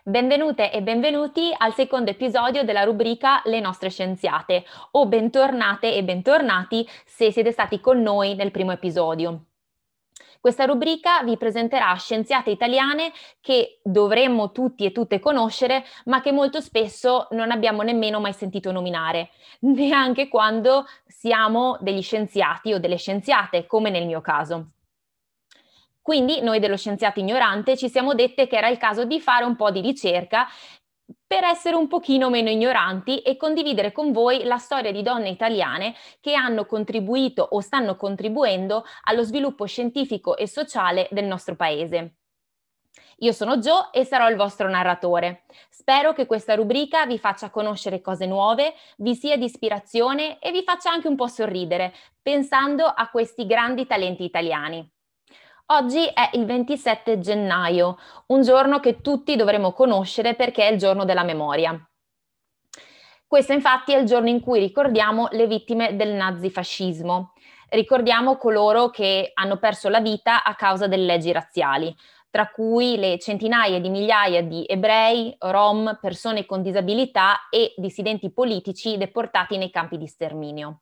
Benvenute e benvenuti al secondo episodio della rubrica Le nostre scienziate, o bentornate e bentornati se siete stati con noi nel primo episodio. Questa rubrica vi presenterà scienziate italiane che dovremmo tutti e tutte conoscere, ma che molto spesso non abbiamo nemmeno mai sentito nominare, neanche quando siamo degli scienziati o delle scienziate, come nel mio caso. Quindi noi dello Scienziato Ignorante ci siamo dette che era il caso di fare un po' di ricerca per essere un pochino meno ignoranti e condividere con voi la storia di donne italiane che hanno contribuito o stanno contribuendo allo sviluppo scientifico e sociale del nostro paese. Io sono Gio e sarò il vostro narratore. Spero che questa rubrica vi faccia conoscere cose nuove, vi sia di ispirazione e vi faccia anche un po' sorridere, pensando a questi grandi talenti italiani. Oggi è il 27 gennaio, un giorno che tutti dovremo conoscere perché è il giorno della memoria. Questo infatti è il giorno in cui ricordiamo le vittime del nazifascismo. Ricordiamo coloro che hanno perso la vita a causa delle leggi razziali, tra cui le centinaia di migliaia di ebrei, rom, persone con disabilità e dissidenti politici deportati nei campi di sterminio.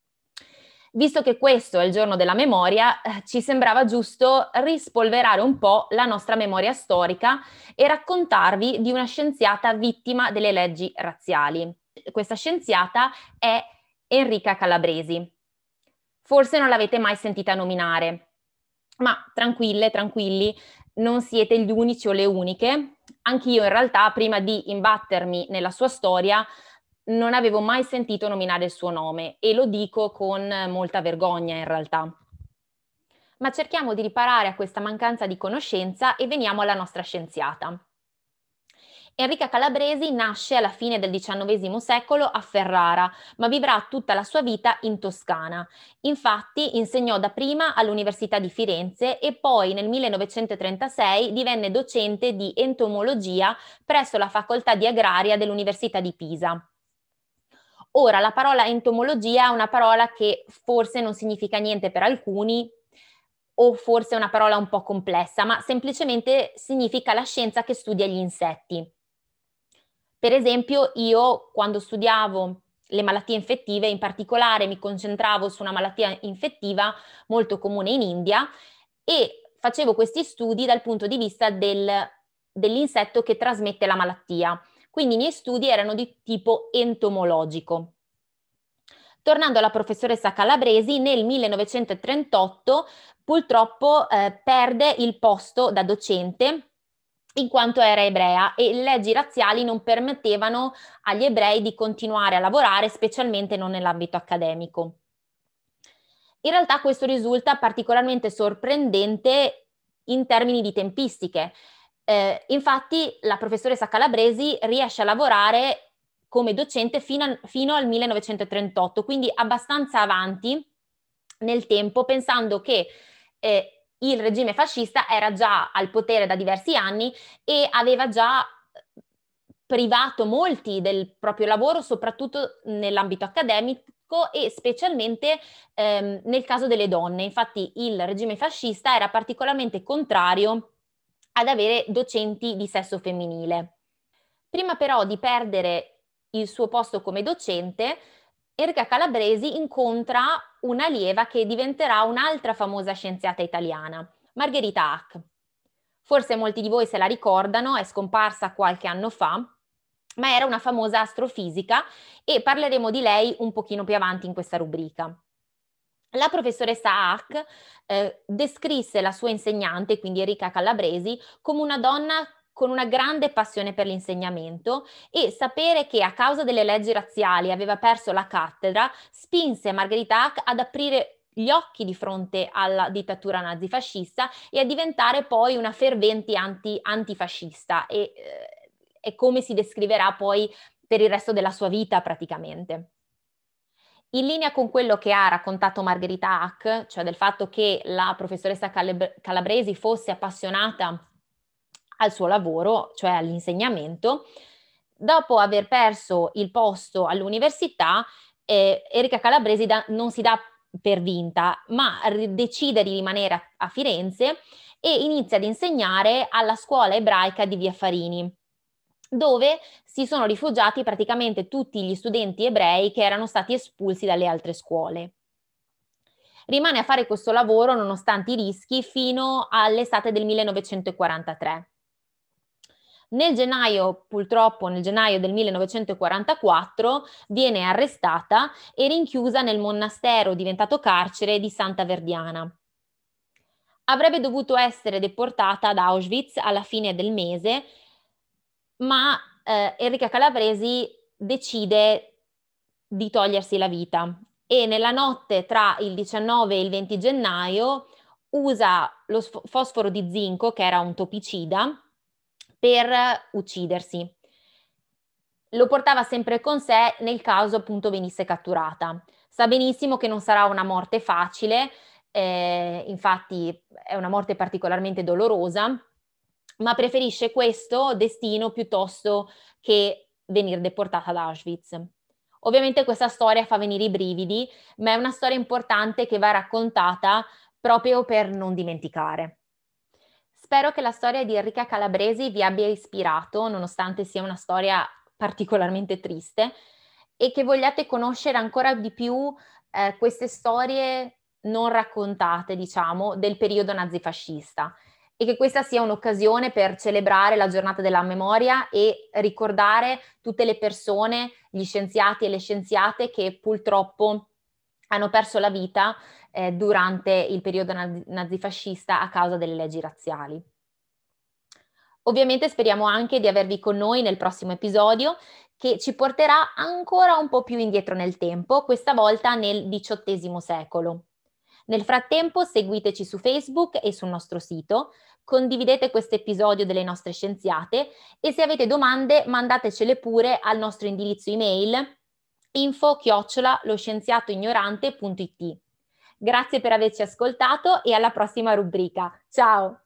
Visto che questo è il giorno della memoria, ci sembrava giusto rispolverare un po' la nostra memoria storica e raccontarvi di una scienziata vittima delle leggi razziali. Questa scienziata è Enrica Calabresi. Forse non l'avete mai sentita nominare, ma tranquille, tranquilli, non siete gli unici o le uniche. Anch'io in realtà, prima di imbattermi nella sua storia, non avevo mai sentito nominare il suo nome e lo dico con molta vergogna in realtà. Ma cerchiamo di riparare a questa mancanza di conoscenza e veniamo alla nostra scienziata. Enrica Calabresi nasce alla fine del XIX secolo a Ferrara, ma vivrà tutta la sua vita in Toscana. Infatti insegnò dapprima all'Università di Firenze e poi nel 1936 divenne docente di entomologia presso la Facoltà di Agraria dell'Università di Pisa. Ora, la parola entomologia è una parola che forse non significa niente per alcuni, o forse è una parola un po' complessa, ma semplicemente significa la scienza che studia gli insetti. Per esempio, io quando studiavo le malattie infettive, in particolare mi concentravo su una malattia infettiva molto comune in India e facevo questi studi dal punto di vista dell'insetto che trasmette la malattia. Quindi i miei studi erano di tipo entomologico. Tornando alla professoressa Calabresi, nel 1938 purtroppo perde il posto da docente in quanto era ebrea e le leggi razziali non permettevano agli ebrei di continuare a lavorare, specialmente non nell'ambito accademico. In realtà questo risulta particolarmente sorprendente in termini di tempistiche. Infatti la professoressa Calabresi riesce a lavorare come docente fino al 1938, quindi abbastanza avanti nel tempo, pensando che il regime fascista era già al potere da diversi anni e aveva già privato molti del proprio lavoro, soprattutto nell'ambito accademico e specialmente nel caso delle donne. Infatti il regime fascista era particolarmente contrario ad avere docenti di sesso femminile. Prima però di perdere il suo posto come docente, Erika Calabresi incontra un'allieva che diventerà un'altra famosa scienziata italiana, Margherita Hack. Forse molti di voi se la ricordano, è scomparsa qualche anno fa, ma era una famosa astrofisica e parleremo di lei un pochino più avanti in questa rubrica. La professoressa Hack descrisse la sua insegnante, quindi Enrica Calabresi, come una donna con una grande passione per l'insegnamento e sapere che a causa delle leggi razziali aveva perso la cattedra spinse Margherita Hack ad aprire gli occhi di fronte alla dittatura nazifascista e a diventare poi una fervente antifascista e è come si descriverà poi per il resto della sua vita praticamente. In linea con quello che ha raccontato Margherita Hack, cioè del fatto che la professoressa Calabresi fosse appassionata al suo lavoro, cioè all'insegnamento, dopo aver perso il posto all'università, Erika Calabresi non si dà per vinta, ma decide di rimanere a Firenze e inizia ad insegnare alla scuola ebraica di Via Farini. dove si sono rifugiati praticamente tutti gli studenti ebrei che erano stati espulsi dalle altre scuole. Rimane a fare questo lavoro nonostante i rischi fino all'estate del 1943. Purtroppo nel gennaio del 1944 viene arrestata e rinchiusa nel monastero diventato carcere di Santa Verdiana. Avrebbe dovuto essere deportata ad Auschwitz alla fine del mese, ma Enrica Calabresi decide di togliersi la vita e nella notte tra il 19 e il 20 gennaio usa lo fosforo di zinco, che era un topicida, per uccidersi. Lo portava sempre con sé nel caso appunto venisse catturata. Sa benissimo che non sarà una morte facile, infatti è una morte particolarmente dolorosa, ma preferisce questo destino piuttosto che venire deportata ad Auschwitz. Ovviamente questa storia fa venire i brividi, ma è una storia importante che va raccontata proprio per non dimenticare. Spero che la storia di Enrica Calabresi vi abbia ispirato, nonostante sia una storia particolarmente triste, e che vogliate conoscere ancora di più queste storie non raccontate, diciamo, del periodo nazifascista e che questa sia un'occasione per celebrare la giornata della memoria e ricordare tutte le persone, gli scienziati e le scienziate che purtroppo hanno perso la vita durante il periodo nazifascista a causa delle leggi razziali. Ovviamente speriamo anche di avervi con noi nel prossimo episodio che ci porterà ancora un po' più indietro nel tempo, questa volta nel XVIII secolo. Nel frattempo seguiteci su Facebook e sul nostro sito, condividete questo episodio delle nostre scienziate e se avete domande mandatecele pure al nostro indirizzo email info@loscienziatoignorante.it. Grazie per averci ascoltato e alla prossima rubrica. Ciao!